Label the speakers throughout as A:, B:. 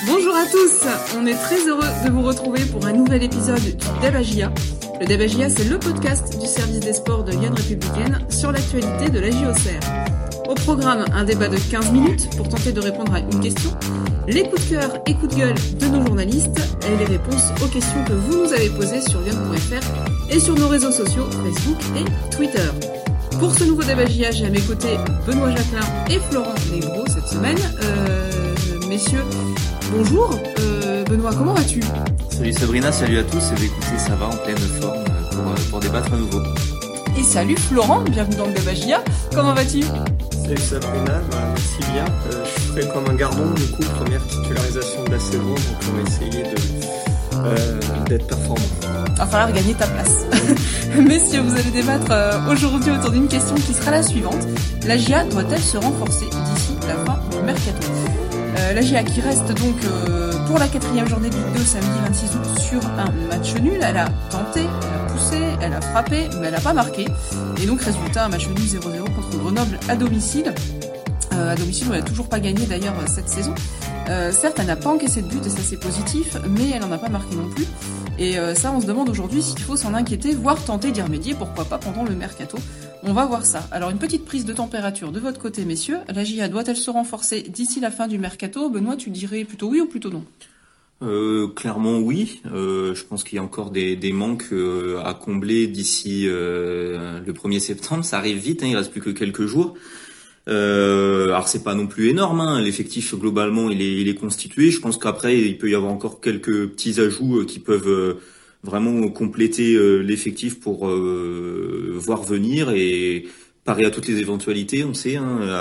A: Bonjour à tous, on est très heureux de vous retrouver pour un nouvel épisode du Debagia. Le Debagia, c'est le podcast du service des sports de Lyon Républicaine sur l'actualité de la JOCR. Au programme, un débat de 15 minutes pour tenter de répondre à une question, les coups de cœur et coups de gueule de nos journalistes et les réponses aux questions que vous nous avez posées sur lyon.fr et sur nos réseaux sociaux Facebook et Twitter. Pour ce nouveau Debagia, j'ai à mes côtés Benoît Jacquelin et Florent Legros cette semaine. Messieurs, bonjour. Benoît, comment vas-tu ?
B: Salut Sabrina, salut à tous. Et écoutez, ça va en pleine forme pour débattre à nouveau.
A: Et salut Florent, bienvenue dans le Debagia. Comment vas-tu ?
C: Salut Sabrina, merci bien. Je fais comme un gardon, du coup, première titularisation de la saison, donc on va essayer d'être performant.
A: Il va falloir gagner ta place. Messieurs, vous allez débattre aujourd'hui autour d'une question qui sera la suivante. La GIA doit-elle se renforcer d'ici la fin du mercato ? La GIA qui reste donc pour la 4e journée de Ligue 2 samedi 26 août sur un match nul. Elle a tenté, elle a poussé, elle a frappé, mais elle n'a pas marqué. Et donc résultat, un match nul 0-0 contre Grenoble à domicile. À domicile, elle n'a toujours pas gagné d'ailleurs cette saison. Certes, elle n'a pas encaissé de but et ça c'est positif, mais elle n'en a pas marqué non plus. Et ça, on se demande aujourd'hui s'il faut s'en inquiéter, voire tenter d'y remédier, pourquoi pas pendant le mercato. On va voir ça. Alors, une petite prise de température de votre côté, messieurs. La GIA doit-elle se renforcer d'ici la fin du mercato ? Benoît, tu dirais plutôt oui ou plutôt non ?
B: Clairement oui. Je pense qu'il y a encore des manques à combler d'ici le 1er septembre. Ça arrive vite, il reste plus que quelques jours. Alors c'est pas non plus énorme, l'effectif globalement il est constitué. Je pense qu'après il peut y avoir encore quelques petits ajouts qui peuvent vraiment compléter l'effectif pour voir venir et parer à toutes les éventualités. On sait,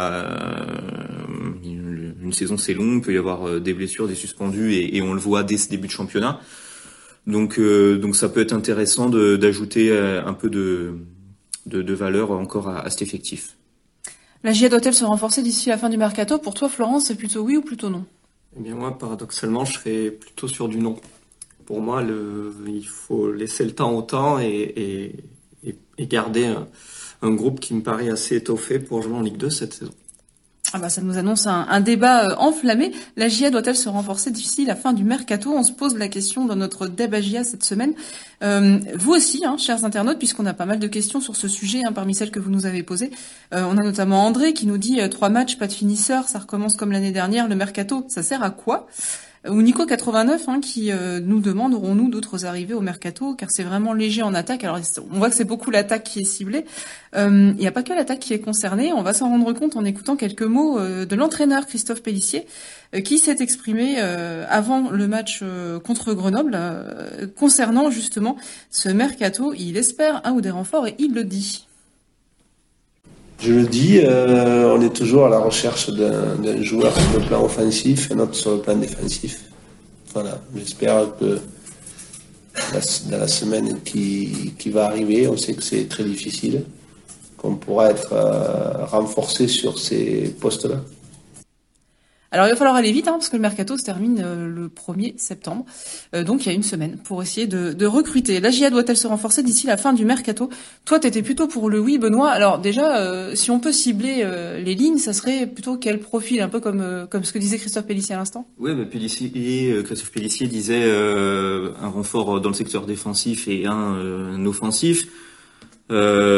B: une saison c'est long, il peut y avoir des blessures, des suspendus et on le voit dès ce début de championnat. Donc ça peut être intéressant d'ajouter un peu de valeur encore à cet effectif.
A: La GIA doit-elle se renforcer d'ici la fin du mercato ? Pour toi, Florence, c'est plutôt oui ou plutôt non ?
C: Eh bien moi, paradoxalement, je serais plutôt sur du non. Pour moi, il faut laisser le temps au temps et garder un groupe qui me paraît assez étoffé pour jouer en Ligue 2 cette saison.
A: Ah bah ça nous annonce un débat enflammé. La GIA doit-elle se renforcer d'ici la fin du mercato ? On se pose la question dans notre débat GIA cette semaine. Vous aussi, chers internautes, puisqu'on a pas mal de questions sur ce sujet parmi celles que vous nous avez posées. On a notamment André qui nous dit 3 matchs, pas de finisseur, ça recommence comme l'année dernière. Le mercato, ça sert à quoi ? Ou Nico89 qui nous demande aurons-nous d'autres arrivées au mercato, car c'est vraiment léger en attaque. Alors on voit que c'est beaucoup l'attaque qui est ciblée. Il n'y a pas que l'attaque qui est concernée. On va s'en rendre compte en écoutant quelques mots de l'entraîneur Christophe Pélissier qui s'est exprimé avant le match contre Grenoble concernant justement ce mercato. Il espère un ou des renforts et il le dit.
D: Je le dis, on est toujours à la recherche d'un joueur sur le plan offensif, un autre sur le plan défensif. Voilà, j'espère que dans la semaine qui va arriver, on sait que c'est très difficile, qu'on pourra être renforcé sur ces postes-là.
A: Alors il va falloir aller vite parce que le mercato se termine le 1er septembre. Donc il y a une semaine pour essayer de recruter. La GIA doit-elle se renforcer d'ici la fin du mercato ? Toi t'étais plutôt pour le oui, Benoît. Alors déjà si on peut cibler les lignes, ça serait plutôt quel profil, un peu comme ce que disait Christophe Pélissier à l'instant ?
B: Oui, Christophe Pélissier disait un renfort dans le secteur défensif et un offensif. Il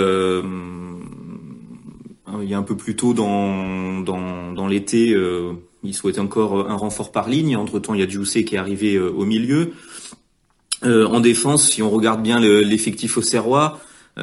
B: y a un peu plus tôt dans l'été, il souhaitait encore un renfort par ligne. Entre-temps, il y a Djoussé qui est arrivé au milieu. En défense, si on regarde bien l'effectif auxerrois,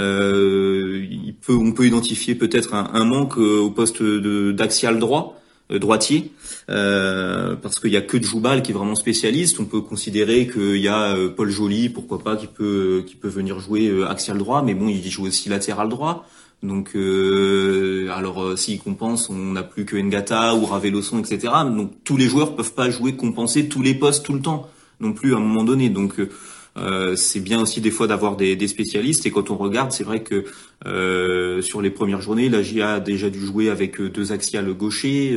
B: on peut identifier peut-être un manque au poste d'axial droit, droitier, parce qu'il y a que Djoubal qui est vraiment spécialiste. On peut considérer qu'il y a Paul Joly, pourquoi pas, qui peut venir jouer axial droit, mais bon, il joue aussi latéral droit. Donc, alors s'il compense, on n'a plus que Ngata ou Raveloson, etc. Donc tous les joueurs peuvent pas jouer, compenser tous les postes tout le temps, non plus à un moment donné. Donc c'est bien aussi des fois d'avoir des spécialistes. Et quand on regarde, c'est vrai que sur les premières journées, la GIA a déjà dû jouer avec deux axiaux gauchers,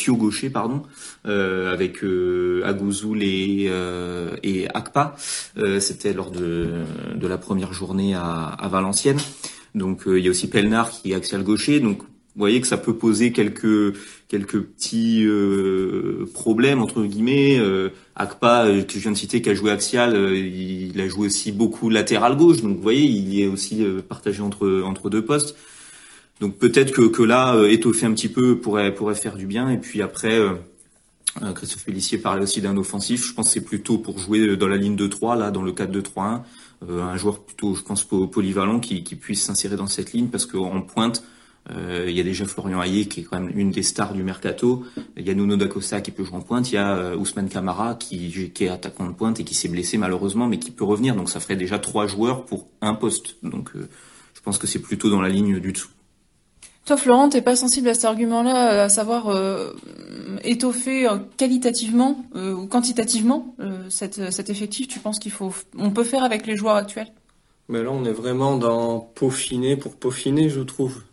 B: avec Agouzoul et Akpa. C'était lors de la première journée à Valenciennes. Donc il y a aussi Pelnard qui est axial gaucher. Donc vous voyez que ça peut poser quelques petits problème entre guillemets. Akpa, que je viens de citer, qui a joué axial, il a joué aussi beaucoup latéral gauche. Donc vous voyez, il est aussi partagé entre deux postes. Donc peut-être que là, étoffer un petit peu pourrait faire du bien. Et puis après, Christophe Pélissier parlait aussi d'un offensif. Je pense que c'est plutôt pour jouer dans la ligne de 3, là, dans le 4-2-3-1. Un joueur plutôt, je pense, polyvalent qui puisse s'insérer dans cette ligne, parce qu'en pointe, il y a déjà Florian Hayé qui est quand même une des stars du mercato. Il y a Nuno da Costa qui peut jouer en pointe. Il y a Ousmane Camara qui est attaquant de pointe et qui s'est blessé malheureusement, mais qui peut revenir. Donc ça ferait déjà 3 joueurs pour un poste. Donc je pense que c'est plutôt dans la ligne du dessous.
A: Toi, Florent, t'es pas sensible à cet argument-là, à savoir étoffer qualitativement ou quantitativement cet effectif. Tu penses on peut faire avec les joueurs actuels?
C: Mais là, on est vraiment dans peaufiner pour peaufiner, je trouve.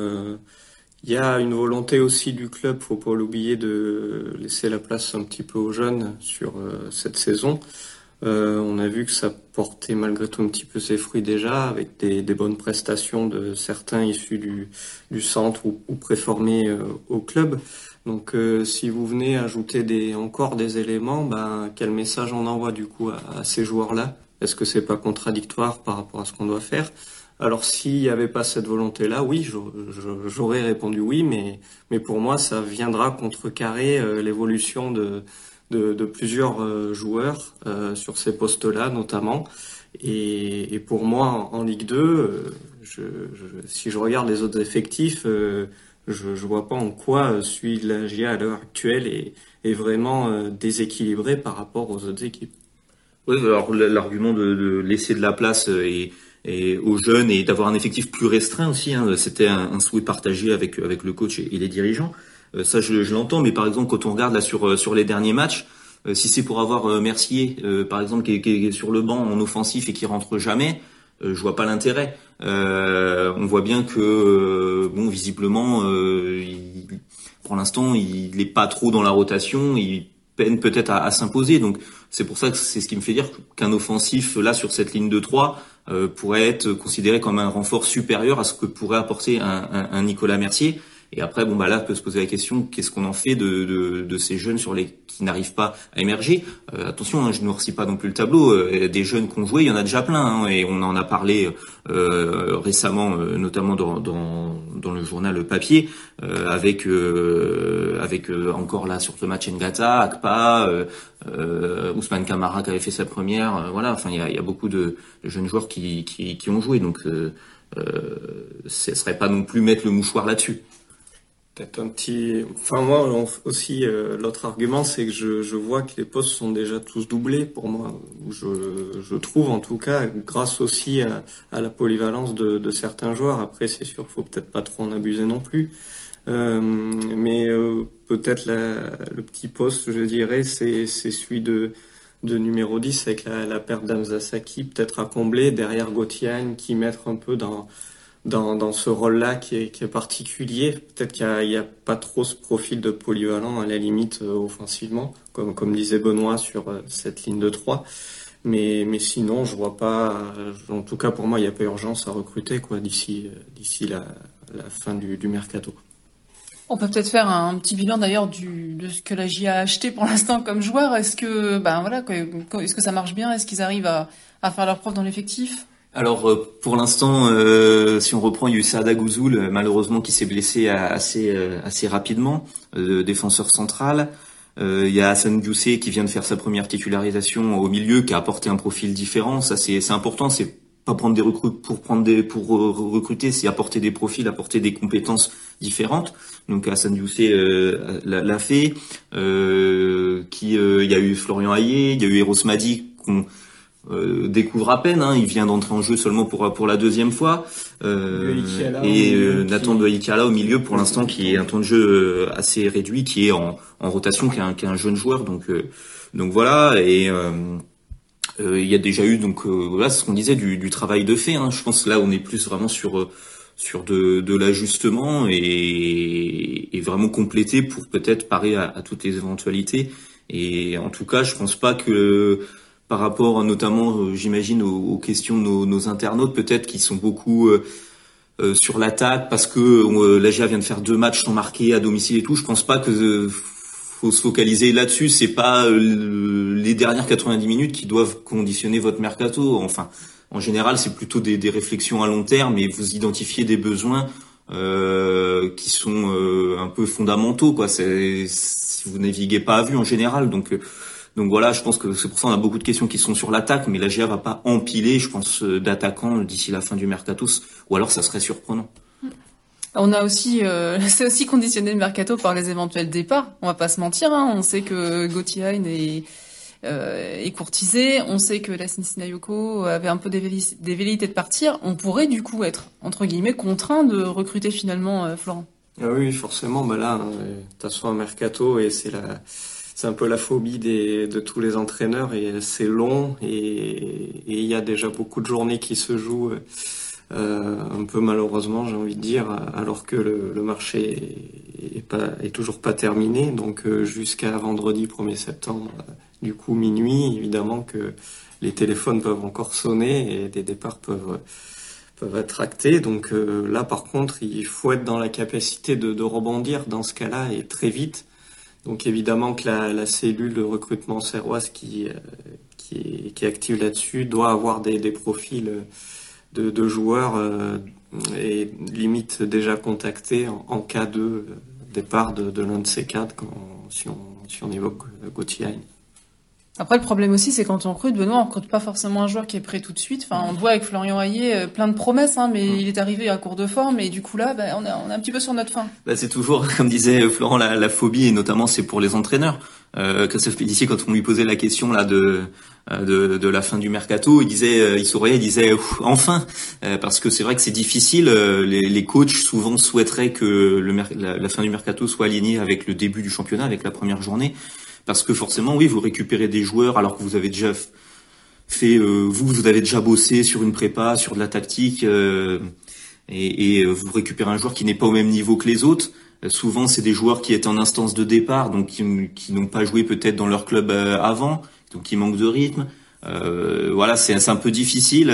C: Il y a une volonté aussi du club, faut pas l'oublier, de laisser la place un petit peu aux jeunes sur cette saison. On a vu que ça portait malgré tout un petit peu ses fruits déjà, avec des bonnes prestations de certains issus du centre ou préformés au club. Donc si vous venez ajouter encore des éléments, quel message on envoie du coup à ces joueurs-là? Est-ce que c'est pas contradictoire par rapport à ce qu'on doit faire? Alors s'il n'y avait pas cette volonté-là, oui, j'aurais répondu oui, mais pour moi ça viendra contrecarrer l'évolution de plusieurs joueurs sur ces postes-là notamment. Et pour moi, en Ligue 2, si je regarde les autres effectifs, je vois pas en quoi celui de la GIA à l'heure actuelle est vraiment déséquilibré par rapport aux autres équipes.
B: Oui, alors l'argument de laisser de la place et aux jeunes et d'avoir un effectif plus restreint aussi, hein, c'était un souhait partagé avec le coach et les dirigeants. Ça, je l'entends, mais par exemple, quand on regarde là sur les derniers matchs, si c'est pour avoir Mercier, par exemple, qui est sur le banc en offensif et qui rentre jamais, je vois pas l'intérêt. On voit bien que visiblement, pour l'instant, il est pas trop dans la rotation. Il peine peut-être à s'imposer. Donc c'est pour ça que c'est ce qui me fait dire qu'un offensif là sur cette ligne de 3 pourrait être considéré comme un renfort supérieur à ce que pourrait apporter un Nicolas Mercier. Et après, là, peut se poser la question, qu'est-ce qu'on en fait de ces jeunes qui n'arrivent pas à émerger? Attention, je ne noircis pas non plus le tableau. Des jeunes qui ont joué, il y en a déjà plein, hein, et on en a parlé récemment, notamment dans le journal papier, avec encore là sur le match Ngata, Akpa, Ousmane Camara qui avait fait sa première. Voilà, enfin, il y a beaucoup de jeunes joueurs qui ont joué, donc ce serait pas non plus mettre le mouchoir là-dessus.
C: Peut-être moi aussi, l'autre argument, c'est que je vois que les postes sont déjà tous doublés pour moi. Je trouve en tout cas, grâce aussi à la polyvalence de certains joueurs. Après, c'est sûr qu'il faut peut-être pas trop en abuser non plus. Mais peut-être le petit poste, je dirais, c'est celui de numéro 10 avec la perte d'Hamza Saki, peut-être à combler derrière Gauthier, qui mettre un peu dans ce rôle-là qui est particulier. Peut-être qu'il y a pas trop ce profil de polyvalent à la limite offensivement, comme disait Benoît sur cette ligne de 3. Mais sinon, je vois pas, en tout cas pour moi, il n'y a pas urgence à recruter d'ici la fin du mercato.
A: On peut peut-être faire un petit bilan d'ailleurs de ce que la GIA a acheté pour l'instant comme joueur. Est-ce que est-ce que ça marche bien? Est-ce qu'ils arrivent à faire leur preuve dans l'effectif?
B: Alors pour l'instant, si on reprend, il y a eu Saada Gouzoul, malheureusement, qui s'est blessé assez rapidement, défenseur central. Il y a Hassan Diousé qui vient de faire sa première titularisation au milieu, qui a apporté un profil différent. Ça c'est important, c'est pas prendre des recrues pour recruter, c'est apporter des profils, apporter des compétences différentes. Donc Hassan Diousé l'a fait. Il y a eu Florian Hayé, il y a eu Eros Madi qu'on découvre à peine, il vient d'entrer en jeu seulement pour la deuxième fois, Nathan Doikala au milieu pour l'instant, qui est un temps de jeu assez réduit, qui est en rotation, qui est un jeune joueur, donc voilà. Et il y a déjà eu c'est ce qu'on disait du travail de fait, je pense que là on est plus vraiment sur de l'ajustement et vraiment compléter pour peut-être parer à toutes les éventualités. Et en tout cas, je pense pas que par rapport notamment, j'imagine, aux questions de nos internautes, peut-être qui sont beaucoup sur l'attaque, parce que la GIA vient de faire 2 matchs sans marquer à domicile et tout. Je pense pas que faut se focaliser là-dessus. C'est pas les dernières 90 minutes qui doivent conditionner votre mercato. Enfin, en général, c'est plutôt des réflexions à long terme et vous identifiez des besoins qui sont un peu fondamentaux, quoi. Si vous naviguez pas à vue en général, donc voilà, je pense que c'est pour ça qu'on a beaucoup de questions qui sont sur l'attaque, mais la GIA va pas empiler, je pense, d'attaquants d'ici la fin du mercato, ou alors ça serait surprenant.
A: On a aussi, c'est aussi conditionné le mercato par les éventuels départs. On va pas se mentir, hein. On sait que Gauthier est courtisé. On sait que la Sinayoko avait un peu des velléités de partir. On pourrait du coup être entre guillemets contraint de recruter finalement Florent.
C: Ah oui, forcément. Bah là, t'as soit un mercato et c'est un peu la phobie de tous les entraîneurs et c'est long et il y a déjà beaucoup de journées qui se jouent. Un peu malheureusement, j'ai envie de dire, alors que le marché est toujours pas terminé. Donc jusqu'à vendredi 1er septembre, du coup minuit, évidemment que les téléphones peuvent encore sonner et des départs peuvent être actés. Donc là, par contre, il faut être dans la capacité de rebondir dans ce cas-là et très vite. Donc évidemment que la cellule de recrutement serroise qui est active là-dessus doit avoir des profils de joueurs et limite déjà contactés en cas de départ de l'un de ces quatre si on évoque Gauthier.
A: Après, le problème aussi, c'est quand on recrute, Benoît, on recrute pas forcément un joueur qui est prêt tout de suite. Enfin, on le voit avec Florian Hayé, plein de promesses, hein, mais il est arrivé à court de forme et du coup là, on est un petit peu sur notre fin.
B: C'est toujours, comme disait Florent, la phobie et notamment c'est pour les entraîneurs. Christophe Pellissier, quand on lui posait la question là de la fin du mercato, il disait, il souriait, il disait enfin, parce que c'est vrai que c'est difficile. Les coachs souvent souhaiteraient que la fin du mercato soit alignée avec le début du championnat, avec la première journée. Parce que forcément, oui, vous récupérez des joueurs alors que vous avez déjà fait, vous avez déjà bossé sur une prépa, sur de la tactique, et vous récupérez un joueur qui n'est pas au même niveau que les autres. Souvent, c'est des joueurs qui étaient en instance de départ, donc qui n'ont pas joué peut-être dans leur club avant, donc qui manquent de rythme. Voilà, c'est un peu difficile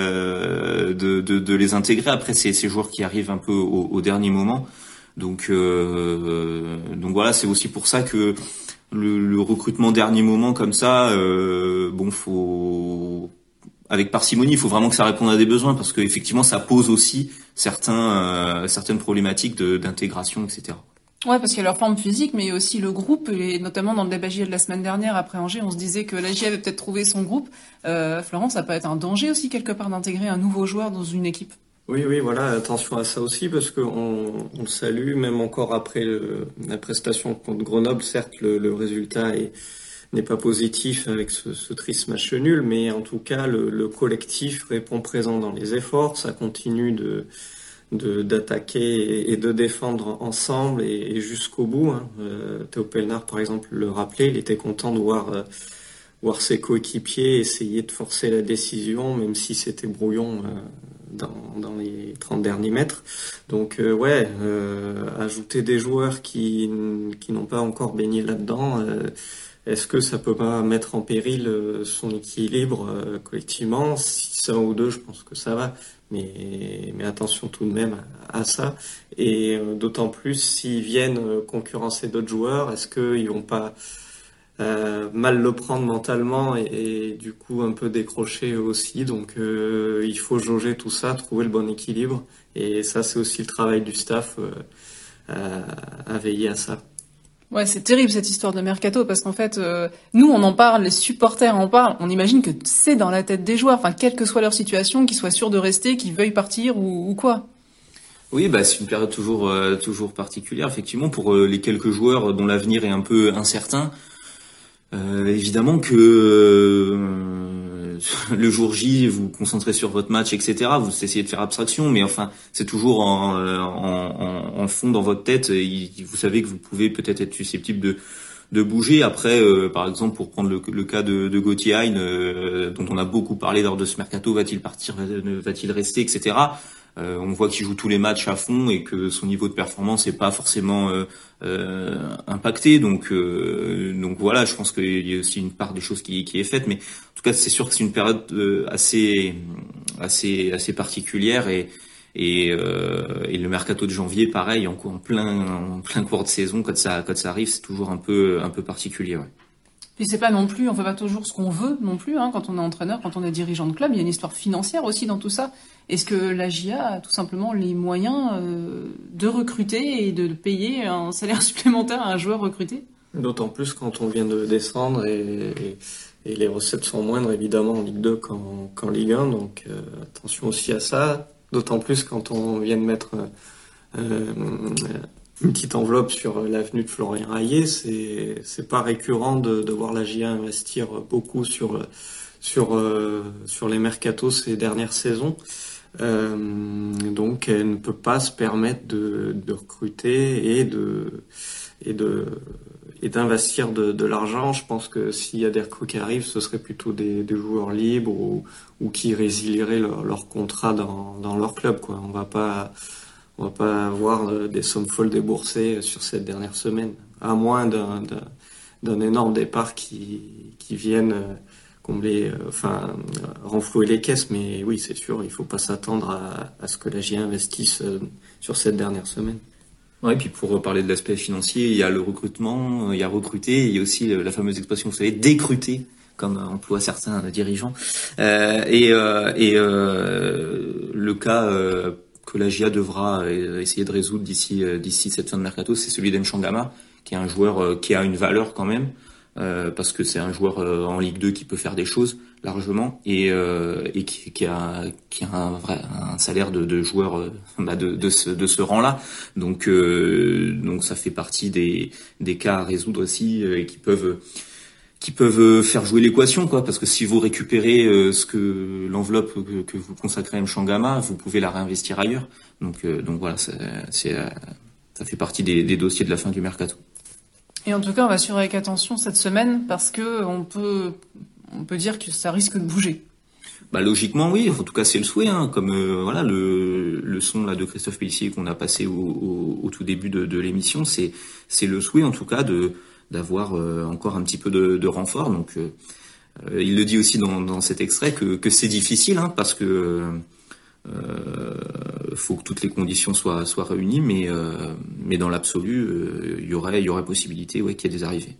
B: de les intégrer. Après, c'est ces joueurs qui arrivent un peu au dernier moment. Donc voilà, c'est aussi pour ça que le recrutement dernier moment comme ça, faut avec parcimonie, il faut vraiment que ça réponde à des besoins parce que effectivement ça pose aussi certaines problématiques d'intégration, etc.
A: Ouais, parce qu'il y a leur forme physique, mais aussi le groupe, et notamment dans le débat JL de la semaine dernière après Angers, on se disait que la JL avait peut-être trouvé son groupe. Florent, ça peut être un danger aussi quelque part d'intégrer un nouveau joueur dans une équipe.
C: Oui, voilà, attention à ça aussi, parce qu'on le salue, même encore après la prestation contre Grenoble. Certes, le résultat n'est pas positif avec ce triste match nul, mais en tout cas, le collectif répond présent dans les efforts. Ça continue d'attaquer et de défendre ensemble et jusqu'au bout. Hein. Théo Pelnard, par exemple, le rappelait, il était content de voir ses coéquipiers essayer de forcer la décision, même si c'était brouillon dans les 30 derniers mètres. Donc ajouter des joueurs qui n'ont pas encore baigné là-dedans, est-ce que ça peut pas mettre en péril son équilibre collectivement? Si c'est un ou deux, je pense que ça va, mais attention tout de même à ça. Et d'autant plus s'ils viennent concurrencer d'autres joueurs, est-ce qu'ils vont pas mal le prendre mentalement et du coup un peu décrocher aussi. Donc il faut jauger tout ça, trouver le bon équilibre, et ça c'est aussi le travail du staff à veiller à ça.
A: Ouais, c'est terrible cette histoire de mercato parce qu'en fait, nous on en parle, les supporters en parlent, on imagine que c'est dans la tête des joueurs, enfin quelle que soit leur situation, qu'ils soient sûrs de rester, qu'ils veuillent partir ou quoi.
B: Oui, c'est une période toujours particulière effectivement pour les quelques joueurs dont l'avenir est un peu incertain. Évidemment que le jour J, vous vous concentrez sur votre match, etc. Vous essayez de faire abstraction, mais enfin, c'est toujours en fond dans votre tête. Et vous savez que vous pouvez peut-être être susceptible de bouger. Après, par exemple, pour prendre le cas de Gauthier Hein, dont on a beaucoup parlé lors de ce mercato, va-t-il partir, va-t-il rester, etc. On voit qu'il joue tous les matchs à fond et que son niveau de performance n'est pas forcément impacté. Donc voilà, je pense qu'il y a aussi une part des choses qui est faite, mais en tout cas c'est sûr que c'est une période assez particulière et Et le mercato de janvier, pareil, en plein cours de saison, quand ça arrive, c'est toujours un peu particulier. Ouais.
A: Puis c'est pas non plus, on fait pas toujours ce qu'on veut non plus, hein, quand on est entraîneur, quand on est dirigeant de club, il y a une histoire financière aussi dans tout ça. Est-ce que la GIA a tout simplement les moyens de recruter et de payer un salaire supplémentaire à un joueur recruté?
C: D'autant plus quand on vient de descendre et les recettes sont moindres évidemment en Ligue 2 qu'en Ligue 1, donc attention aussi à ça. D'autant plus quand on vient de mettre une petite enveloppe sur l'avenue de Florian Rayet, c'est pas récurrent de voir la GIA investir beaucoup sur les mercatos ces dernières saisons. Donc elle ne peut pas se permettre de recruter et d'investir de l'argent. Je pense que s'il y a des recrues qui arrivent, ce serait plutôt des joueurs libres ou qui résilieraient leur contrat dans leur club, quoi. On va pas avoir des sommes folles déboursées sur cette dernière semaine, à moins d'un énorme départ qui vienne combler, renflouer les caisses. Mais oui, c'est sûr, il faut pas s'attendre à ce que la GIA investisse sur cette dernière semaine.
B: Ouais, et puis pour parler de l'aspect financier, il y a le recrutement, il y a recruter, il y a aussi la fameuse expression, vous savez, décruter, comme emploient certains dirigeants. Le cas que la GIA devra essayer de résoudre d'ici cette fin de mercato, c'est celui d'Enchangama, qui est un joueur qui a une valeur quand même, parce que c'est un joueur en Ligue 2 qui peut faire des choses largement et qui a un salaire de joueur de ce rang-là. Donc ça fait partie des cas à résoudre aussi et qui peuvent faire jouer l'équation, quoi, parce que si vous récupérez l'enveloppe que vous consacrez à Mchangama, vous pouvez la réinvestir ailleurs. Donc voilà, ça fait partie des dossiers de la fin du mercato.
A: Et en tout cas, on va suivre avec attention cette semaine parce que on peut dire que ça risque de bouger.
B: Bah logiquement oui, en tout cas c'est le souhait, hein, comme voilà le son là de Christophe Pellissier qu'on a passé au tout début de l'émission, c'est le souhait en tout cas d'avoir encore un petit peu de renfort. Donc il le dit aussi dans cet extrait que c'est difficile, hein, parce que faut que toutes les conditions soient réunies, mais dans l'absolu il y aurait possibilité, ouais, qu'il y ait des arrivées.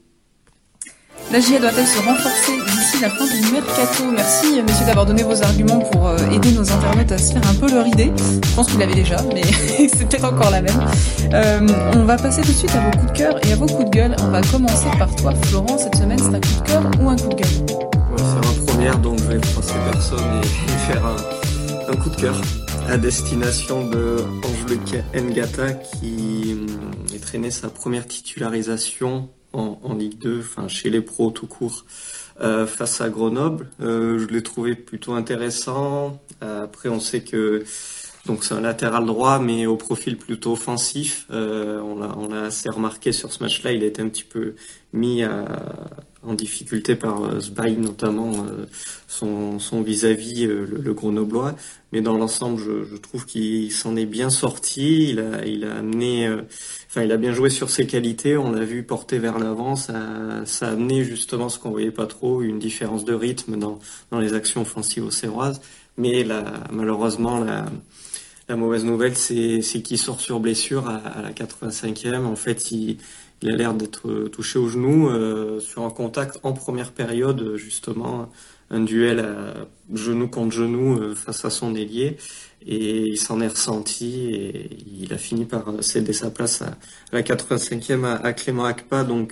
A: La GIA doit-elle se renforcer d'ici la fin du mercato? Merci messieurs d'avoir donné vos arguments pour aider nos internautes à se faire un peu leur idée. Je pense qu'ils l'avaient déjà, mais c'est peut-être encore la même. On va passer tout de suite à vos coups de cœur et à vos coups de gueule. On va commencer par toi, Florent. Cette semaine, c'est un coup de cœur ou un coup de gueule?
C: On va faire un première, donc je vais froisser personne et faire un coup de cœur à destination de Angelique Ngata qui est traîné sa première titularisation en Ligue 2, enfin chez les pros tout court, face à Grenoble. Je l'ai trouvé plutôt intéressant. Après, on sait que donc c'est un latéral droit, mais au profil plutôt offensif. On l'a assez remarqué sur ce match-là. Il a été un petit peu mis en difficulté par Sbaï, notamment son vis-à-vis, le Grenoblois. Mais dans l'ensemble, je trouve qu'il s'en est bien sorti. Il a amené, il a bien joué sur ses qualités. On l'a vu porter vers l'avant. Ça a amené justement ce qu'on voyait pas trop, une différence de rythme dans les actions offensives auxerroises. Mais malheureusement, la mauvaise nouvelle, c'est qu'il sort sur blessure à la 85e. En fait, il a l'air d'être touché au genou sur un contact en première période, justement, un duel à genou contre genou face à son ailier. Et il s'en est ressenti et il a fini par céder sa place à la 85e à Clément Akpa. Donc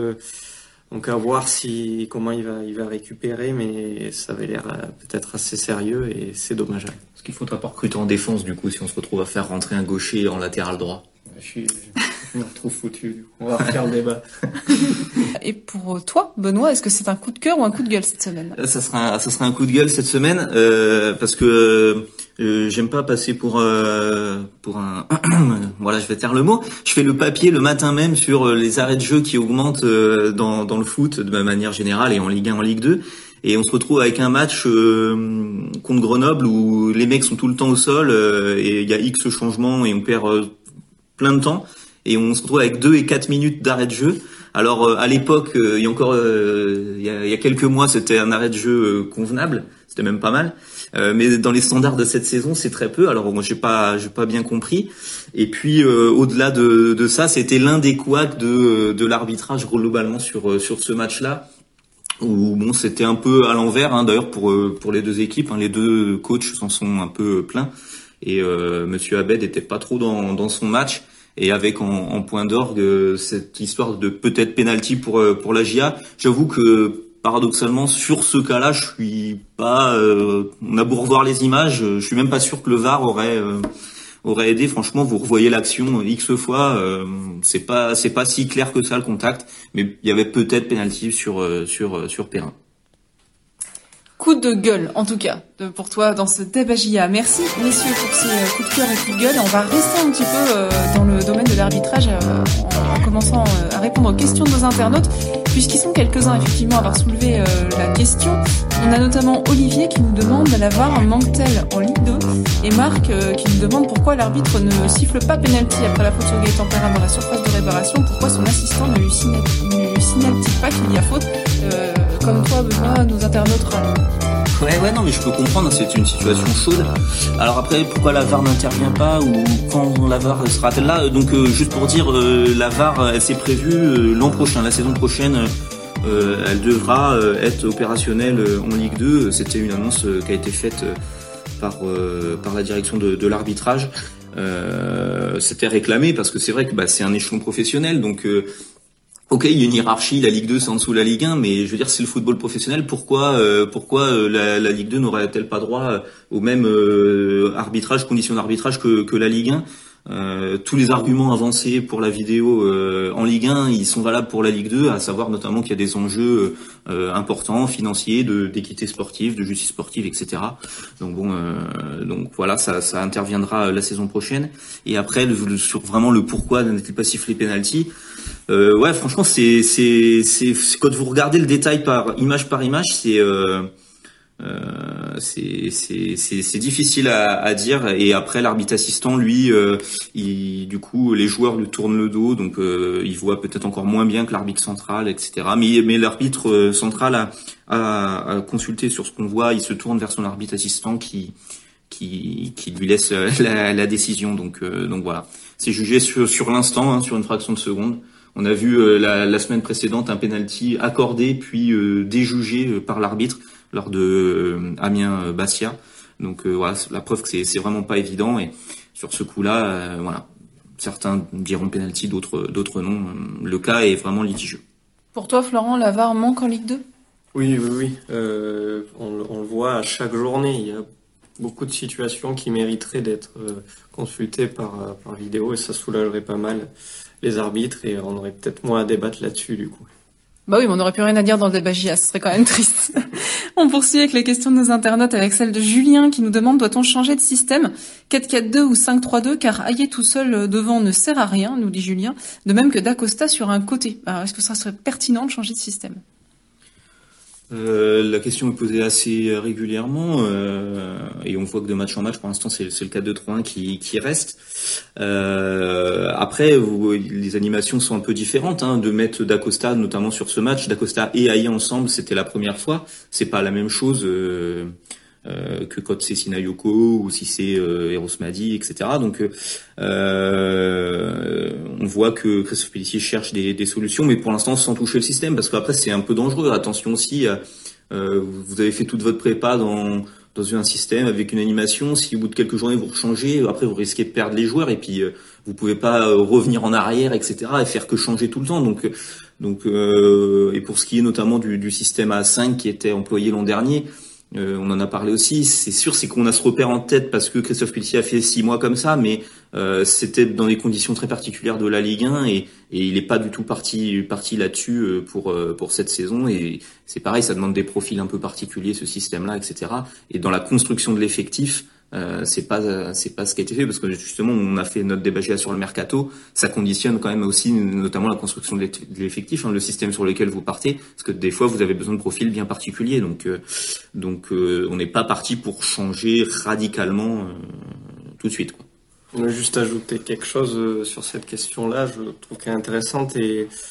C: à voir comment il va récupérer, mais ça avait l'air peut-être assez sérieux et c'est dommageable.
B: Est-ce qu'il faudra pas recruter en défense du coup si on se retrouve à faire rentrer un gaucher en latéral droit?
C: Je me retrouve foutu. On va refaire le débat.
A: Et pour toi, Benoît, est-ce que c'est un coup de cœur ou un coup de gueule cette semaine?
B: Ça sera un coup de gueule cette semaine parce que j'aime pas passer pour un voilà, je vais taire le mot. Je fais le papier le matin même sur les arrêts de jeu qui augmentent dans le foot de manière générale et en Ligue 1, en Ligue 2. Et on se retrouve avec un match contre Grenoble où les mecs sont tout le temps au sol et il y a X changements et on perd plein de temps. Et on se retrouve avec 2 et 4 minutes d'arrêt de jeu, Alors à l'époque, il y a encore il y a quelques mois, c'était un arrêt de jeu convenable, c'était même pas mal. Mais dans les standards de cette saison, c'est très peu. Alors moi, j'ai pas bien compris. Et puis au-delà de ça, c'était l'un des couacs de l'arbitrage globalement sur ce match-là. Où bon, c'était un peu à l'envers. Hein, d'ailleurs pour les deux équipes, hein, les deux coachs s'en sont un peu plaints. Et Monsieur Abed était pas trop dans son match. Et avec en point d'orgue cette histoire de peut-être penalty pour la GIA. J'avoue que paradoxalement sur ce cas-là, je suis pas. On a beau revoir les images, je suis même pas sûr que le VAR aurait aidé. Franchement, vous revoyez l'action X fois, c'est pas si clair que ça le contact, mais il y avait peut-être penalty sur Perrin.
A: Coup de gueule, en tout cas, pour toi dans ce débat GIA. Merci, messieurs, pour ces coups de cœur et coups de gueule. On va rester un petit peu dans le domaine de l'arbitrage en commençant à répondre aux questions de nos internautes, puisqu'ils sont quelques-uns, effectivement, à avoir soulevé la question. On a notamment Olivier qui nous demande la VAR manque-t-elle en Ligue 2 et Marc qui nous demande pourquoi l'arbitre ne siffle pas penalty après la faute sur Gaëtan Perrin dans la surface de réparation, pourquoi son assistant ne lui signale-t-il pas qu'il y a faute. Comme toi, Benoît, nos internautes râlent.
B: Ouais, non, mais je peux comprendre, c'est une situation chaude. Alors après, pourquoi la VAR n'intervient pas ou quand la VAR sera-t-elle là? Donc, juste pour dire, la VAR, elle s'est prévue l'an prochain, la saison prochaine, elle devra être opérationnelle en Ligue 2. C'était une annonce qui a été faite par la direction de l'arbitrage. C'était réclamé parce que c'est vrai que c'est un échelon professionnel, donc. Ok, il y a une hiérarchie, la Ligue 2 c'est en dessous de la Ligue 1, mais je veux dire c'est le football professionnel. Pourquoi la Ligue 2 n'aurait-elle pas droit au même arbitrage, conditions d'arbitrage que la Ligue 1? Tous les arguments avancés pour la vidéo en Ligue 1, ils sont valables pour la Ligue 2, à savoir notamment qu'il y a des enjeux importants, financiers, d'équité sportive, de justice sportive, etc. Donc bon, donc voilà, ça interviendra la saison prochaine. Et après, sur vraiment le pourquoi n'a-t-il pas sifflé penalty. Ouais, franchement, c'est quand vous regardez le détail par image, c'est difficile à dire. Et après, l'arbitre assistant, lui, du coup, les joueurs lui tournent le dos, donc il voit peut-être encore moins bien que l'arbitre central, etc. Mais l'arbitre central a consulté sur ce qu'on voit. Il se tourne vers son arbitre assistant qui lui laisse la décision. Donc voilà, c'est jugé sur l'instant, hein, sur une fraction de seconde. On a vu la semaine précédente un penalty accordé puis déjugé par l'arbitre lors de Amiens Bastia. Donc voilà, la preuve que c'est vraiment pas évident. Et sur ce coup-là, voilà, certains diront penalty, d'autres non. Le cas est vraiment litigieux.
A: Pour toi, Florent, la VAR manque en Ligue 2 ?
C: Oui. On le voit à chaque journée. Il y a beaucoup de situations qui mériteraient d'être consultées par vidéo et ça soulagerait pas mal les arbitres et on aurait peut-être moins à débattre là-dessus du coup.
A: Bah oui, mais on n'aurait plus rien à dire dans le débat GIA, ce serait quand même triste. On poursuit avec les questions de nos internautes avec celle de Julien qui nous demande doit-on changer de système 4-4-2 ou 5-3-2 car Hayet tout seul devant ne sert à rien, nous dit Julien, de même que Dacosta sur un côté. Alors est-ce que ça serait pertinent de changer de système ?
B: La question est posée assez régulièrement et on voit que de match en match, pour l'instant, c'est le 4-2-3-1 qui reste. Après, les animations sont un peu différentes. Hein, de mettre Dacosta, notamment sur ce match, Dacosta et Hayet ensemble, c'était la première fois. C'est pas la même chose que quand c'est Sinayoko ou si c'est Eros Madi, etc. Donc on voit que Christophe Pellissier cherche des solutions, mais pour l'instant sans toucher le système, parce qu'après c'est un peu dangereux. Attention aussi, vous avez fait toute votre prépa dans un système avec une animation. Si au bout de quelques journées vous rechangez, après vous risquez de perdre les joueurs et puis vous pouvez pas revenir en arrière, etc. et faire que changer tout le temps. Donc et pour ce qui est notamment du système A5 qui était employé l'an dernier. On en a parlé aussi. C'est sûr, c'est qu'on a ce repère en tête parce que Christophe Pellissier a fait 6 mois comme ça, mais c'était dans des conditions très particulières de la Ligue 1 et il est pas du tout parti là-dessus pour cette saison. Et c'est pareil, ça demande des profils un peu particuliers, ce système-là, etc. Et dans la construction de l'effectif, c'est pas ce qui a été fait parce que justement on a fait notre débat sur le mercato, ça conditionne quand même aussi notamment la construction de l'effectif, hein, le système sur lequel vous partez, parce que des fois vous avez besoin de profils bien particuliers, donc on n'est pas parti pour changer radicalement tout de suite, quoi.
C: On va juste ajouter quelque chose sur cette question-là, je trouve qu'elle est intéressante et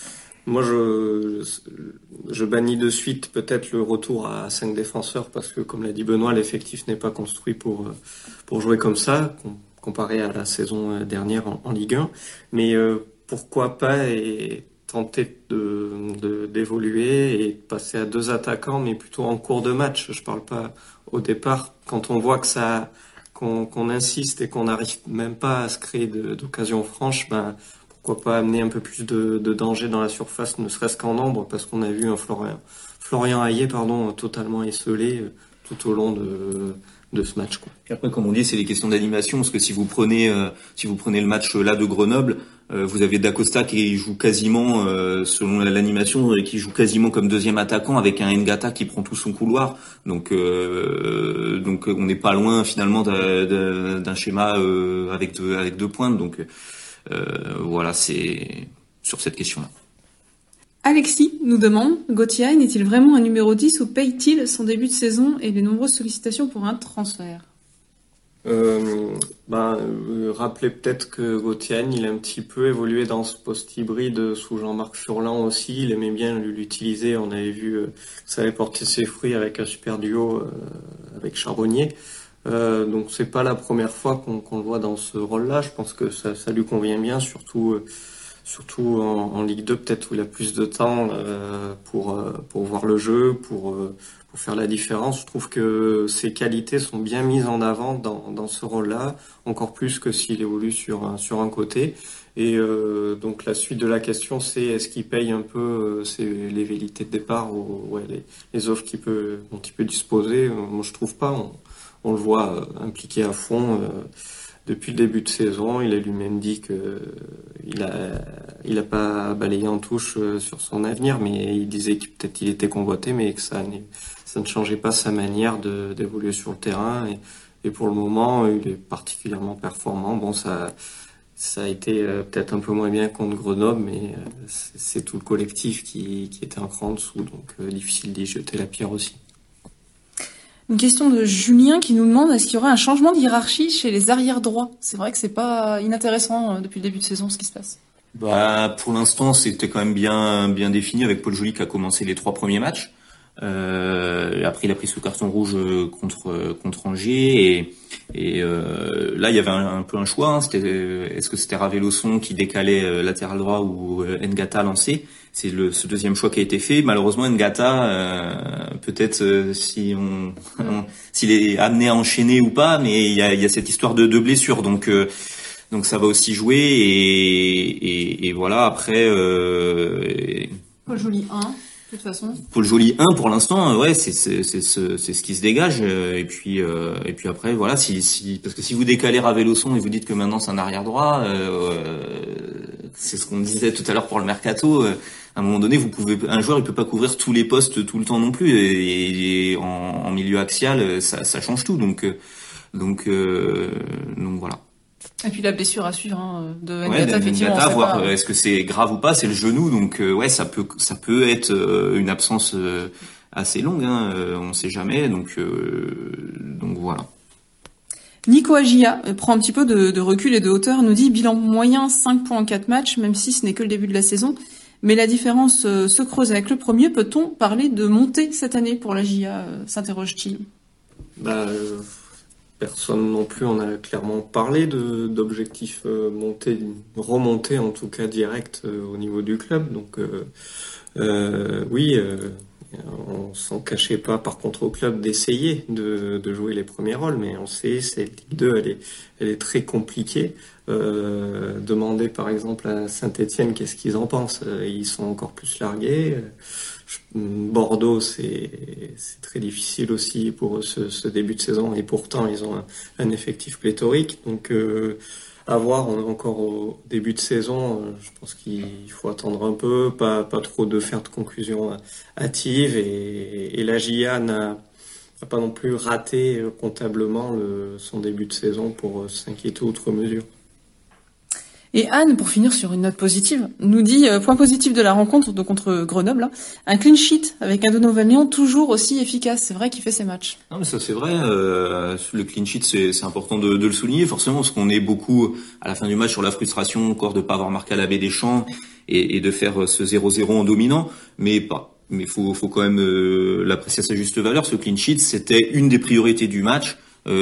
C: Moi, je bannis de suite peut-être le retour à 5 défenseurs parce que, comme l'a dit Benoît, l'effectif n'est pas construit pour jouer comme ça, comparé à la saison dernière en Ligue 1. Mais pourquoi pas tenter d'évoluer et de passer à 2 attaquants, mais plutôt en cours de match. Je parle pas au départ. Quand on voit que qu'on insiste et qu'on n'arrive même pas à se créer d'occasions franches, ben pourquoi pas amener un peu plus de danger dans la surface, ne serait-ce qu'en nombre, parce qu'on a vu un Florian Hayet, totalement esselé tout au long de ce match, quoi.
B: Et après, comme on dit, c'est les questions d'animation, parce que si vous prenez le match là de Grenoble, vous avez Dacosta qui joue quasiment, selon l'animation, qui joue quasiment comme deuxième attaquant avec un Ngata qui prend tout son couloir. Donc on n'est pas loin finalement d'un schéma avec deux pointes. Donc voilà, c'est sur cette question-là.
A: Alexis nous demande, Gauthier est-il vraiment un numéro 10 ou paye-t-il son début de saison et les nombreuses sollicitations pour un transfert?
C: Rappelez peut-être que Gauthier, il a un petit peu évolué dans ce poste hybride sous Jean-Marc Furlan aussi. Il aimait bien l'utiliser. On avait vu ça avait porté ses fruits avec un super duo avec Charbonnier. Donc c'est pas la première fois qu'on le voit dans ce rôle-là. Je pense que ça lui convient bien, surtout en Ligue 2, peut-être où il a plus de temps pour voir le jeu, pour faire la différence. Je trouve que ses qualités sont bien mises en avant dans ce rôle-là, encore plus que s'il évolue sur un côté. Et donc la suite de la question, c'est est-ce qu'il paye un peu les velléités de départ ou les offres dont il peut disposer. Moi, je trouve pas. On le voit impliqué à fond depuis le début de saison. Il a lui-même dit que il a pas balayé en touche sur son avenir, mais il disait que peut-être il était convoité, mais que ça ne changeait pas sa manière d'évoluer sur le terrain. Et pour le moment, il est particulièrement performant. Bon, ça a été peut-être un peu moins bien contre Grenoble, mais c'est tout le collectif qui était un cran en dessous, donc difficile d'y jeter la pierre aussi.
A: Une question de Julien qui nous demande est-ce qu'il y aura un changement de hiérarchie chez les arrières droits? C'est vrai que c'est pas inintéressant depuis le début de saison ce qui se passe.
B: Pour l'instant, c'était quand même bien défini avec Paul Joly qui a commencé les 3 premiers matchs. Après, il a pris ce carton rouge contre Angers et là, il y avait un peu un choix. Hein. Est-ce que c'était Raveloson qui décalait latéral droit ou Ngata lancé? C'est ce deuxième choix qui a été fait. Malheureusement, Ngata, peut-être s'il est amené à enchaîner ou pas, mais il y a cette histoire de blessure, donc ça va aussi jouer et voilà. Après,
A: Paul Joly 1. De toute façon.
B: Paul Joly 1 pour l'instant, ouais, c'est ce qui se dégage. Et puis après, voilà, parce que si vous décalez Raveloson et vous dites que maintenant c'est un arrière droit, c'est ce qu'on disait tout à l'heure pour le mercato. À un moment donné, un joueur il peut pas couvrir tous les postes tout le temps non plus. Et en milieu axial, ça change tout. Donc voilà.
A: Et puis la blessure à suivre de Ngata, effectivement.
B: Ngata, voir est-ce que c'est grave ou pas, c'est le genou, donc ça peut être une absence assez longue, hein, on sait jamais, donc voilà.
A: Nico Agia prend un petit peu de recul et de hauteur, nous dit bilan moyen 5 points en 4 matchs, même si ce n'est que le début de la saison. Mais la différence se creuse avec le premier. Peut-on parler de montée cette année pour la GIA, s'interroge-t-il?
C: Personne non plus, on a clairement parlé d'objectifs remontés en tout cas direct au niveau du club. Donc oui, on s'en cachait pas par contre au club d'essayer de jouer les premiers rôles, mais on sait cette Ligue 2 elle est très compliquée. Demander par exemple à Saint-Étienne qu'est-ce qu'ils en pensent, ils sont encore plus largués. Bordeaux, c'est très difficile aussi pour ce début de saison et pourtant ils ont un effectif pléthorique. Donc à voir, on est encore au début de saison. Je pense qu'il faut attendre un peu, pas trop de faire de conclusions hâtives et la GIA n'a pas non plus raté comptablement son début de saison pour s'inquiéter outre mesure.
A: Et Anne, pour finir sur une note positive, nous dit point positif de la rencontre contre Grenoble, hein, un clean sheet avec un Donovan Léon toujours aussi efficace. C'est vrai qu'il fait ses matchs.
B: Non, mais ça c'est vrai. Le clean sheet, c'est important de le souligner forcément, parce qu'on est beaucoup à la fin du match sur la frustration encore de pas avoir marqué à la Baie des Champs et de faire ce 0-0 en dominant, mais faut quand même l'apprécier à sa juste valeur. Ce clean sheet, c'était une des priorités du match.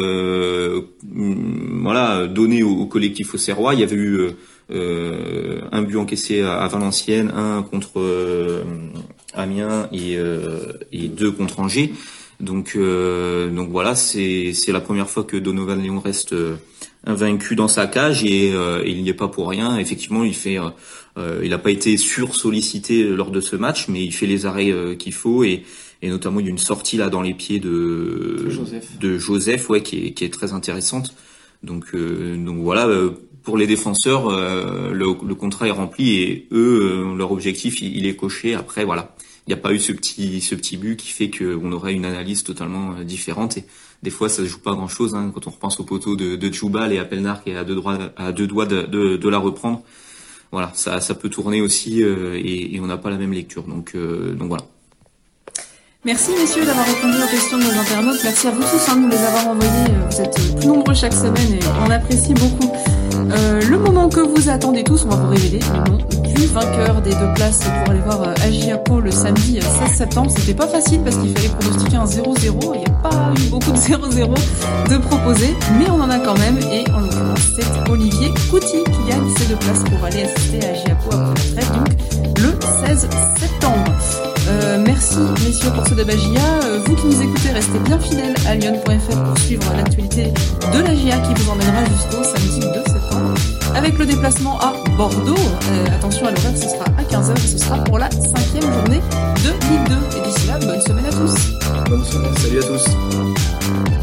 B: Donné au collectif auxerrois. Il y avait eu un but encaissé à Valenciennes, un contre Amiens et 2 contre Angers. Donc voilà, c'est la première fois que Donovan Léon reste invaincu dans sa cage et il n'y est pas pour rien. Effectivement, il n'a pas été sursollicité lors de ce match, mais il fait les arrêts qu'il faut et notamment il y a une sortie là dans les pieds de Joseph, ouais, qui est très intéressante. Donc voilà, pour les défenseurs, le contrat est rempli et eux, leur objectif, il est coché. Après, voilà, il n'y a pas eu ce petit but qui fait qu'on aurait une analyse totalement différente. Et des fois, ça se joue pas grand-chose, hein, quand on repense au poteau de Djoubal et à Pelnar qui est à deux doigts de la reprendre. Voilà, ça peut tourner aussi et on n'a pas la même lecture. Donc voilà.
A: Merci messieurs d'avoir répondu aux questions de nos internautes. Merci à vous tous de nous les avoir envoyés. Vous êtes plus nombreux chaque semaine et on apprécie beaucoup. Le moment que vous attendez tous, on va vous révéler le nom du vainqueur des 2 places pour aller voir Agiaco le samedi 16 septembre. C'était pas facile parce qu'il fallait pronostiquer un 0-0. Il n'y a pas eu beaucoup de 0-0 de proposés, mais on en a quand même. Et en l'occurrence, c'est Olivier Couty qui gagne ces 2 places pour aller assister à Agiaco après la trêve, donc le 16 septembre. Merci messieurs pour ce débat GIA. Vous qui nous écoutez, restez bien fidèles à lyon.fr pour suivre l'actualité de la GIA qui vous emmènera jusqu'au samedi 2 septembre avec le déplacement à Bordeaux. Attention à l'horaire, ce sera à 15h et ce sera pour la 5e journée de Ligue 2. Et d'ici là, bonne semaine à tous.
C: Bonne semaine, salut à tous.